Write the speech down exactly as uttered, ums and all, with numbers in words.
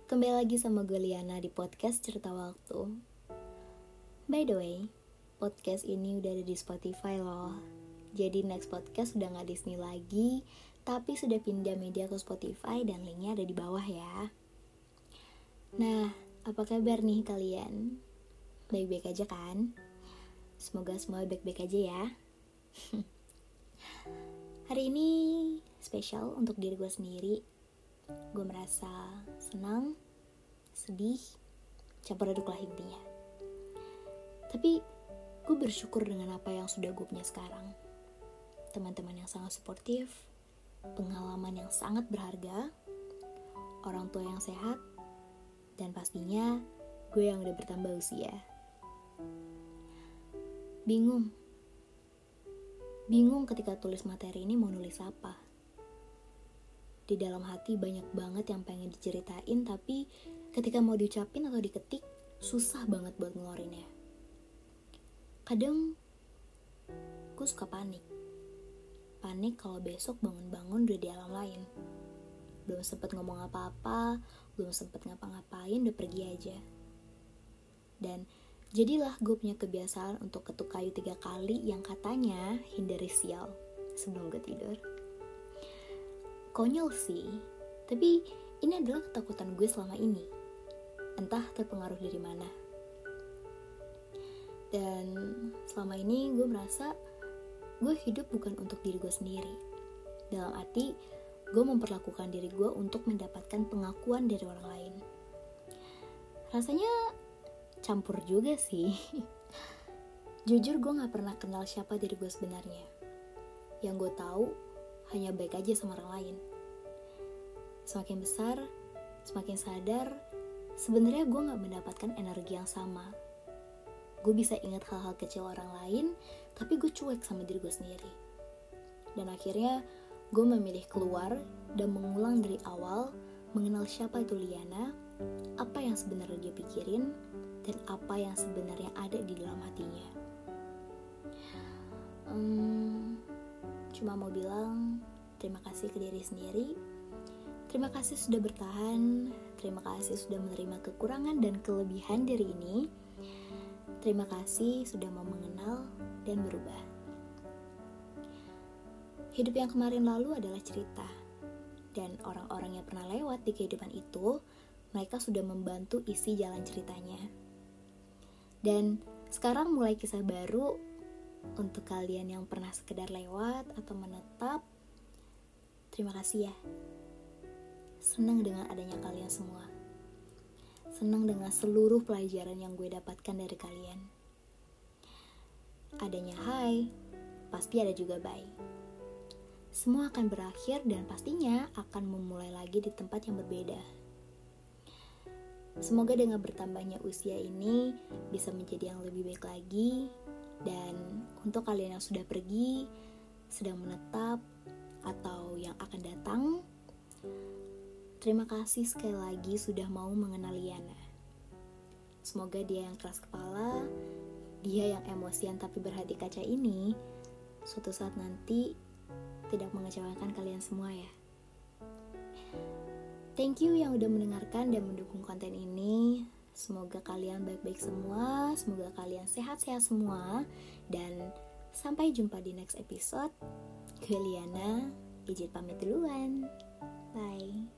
Kembali lagi sama gue Liana di podcast Cerita Waktu. By the way, podcast ini udah ada di Spotify loh. Jadi next podcast udah gak Disney lagi, tapi sudah pindah media ke Spotify dan linknya ada di bawah ya. Nah, apa kabar nih kalian? Baik-baik aja kan? Semoga semua baik-baik aja ya. Hari ini spesial untuk diri gue sendiri. Gue merasa senang, sedih, campur aduk lah intinya. Tapi gue bersyukur dengan apa yang sudah gue punya sekarang. Teman-teman yang sangat suportif, pengalaman yang sangat berharga, orang tua yang sehat, dan pastinya gue yang udah bertambah usia. Bingung. Bingung ketika tulis materi ini mau nulis apa. Di dalam hati banyak banget yang pengen diceritain, tapi ketika mau diucapin atau diketik, susah banget buat ngeluarinnya. Kadang, gue suka panik. Panik kalau besok bangun-bangun udah di alam lain. Belum sempet ngomong apa-apa, belum sempet ngapa-ngapain, udah pergi aja. Dan jadilah gue punya kebiasaan untuk ketuk kayu tiga kali yang katanya hindari sial sebelum gue tidur. Konyol sih, tapi ini adalah ketakutan gue selama ini. Entah terpengaruh dari mana. Dan selama ini gue merasa gue hidup bukan untuk diri gue sendiri. Dalam arti, gue memperlakukan diri gue untuk mendapatkan pengakuan dari orang lain. Rasanya campur juga sih. Jujur gue gak pernah kenal siapa diri gue sebenarnya. Yang gue tahu hanya baik aja sama orang lain. Semakin besar, semakin sadar, sebenarnya gue gak mendapatkan energi yang sama. Gue bisa ingat hal-hal kecil orang lain, tapi gue cuek sama diri gue sendiri. Dan akhirnya, gue memilih keluar dan mengulang dari awal, mengenal siapa itu Liana, apa yang sebenarnya dia pikirin, dan apa yang sebenarnya ada di dalam hatinya. Hmm, cuma mau bilang, terima kasih ke diri sendiri. Terima kasih sudah bertahan. Terima kasih sudah menerima kekurangan dan kelebihan diri ini. Terima kasih sudah mau mengenal dan berubah. Hidup yang kemarin lalu adalah cerita. Dan orang-orang yang pernah lewat di kehidupan itu, mereka sudah membantu isi jalan ceritanya. Dan sekarang mulai kisah baru untuk kalian yang pernah sekedar lewat atau menetap. Terima kasih ya. Senang dengan adanya kalian semua. Senang dengan seluruh pelajaran yang gue dapatkan dari kalian. Adanya hai, pasti ada juga bye. Semua akan berakhir dan pastinya akan memulai lagi di tempat yang berbeda. Semoga dengan bertambahnya usia ini bisa menjadi yang lebih baik lagi. Dan untuk kalian yang sudah pergi, sedang menetap, atau yang akan datang, terima kasih sekali lagi sudah mau mengenal Liana. Semoga dia yang keras kepala, dia yang emosian tapi berhati kaca ini, suatu saat nanti tidak mengecewakan kalian semua ya. Thank you yang udah mendengarkan dan mendukung konten ini. Semoga kalian baik-baik semua, semoga kalian sehat-sehat semua, dan sampai jumpa di next episode. Gue Liana, izin pamit duluan. Bye.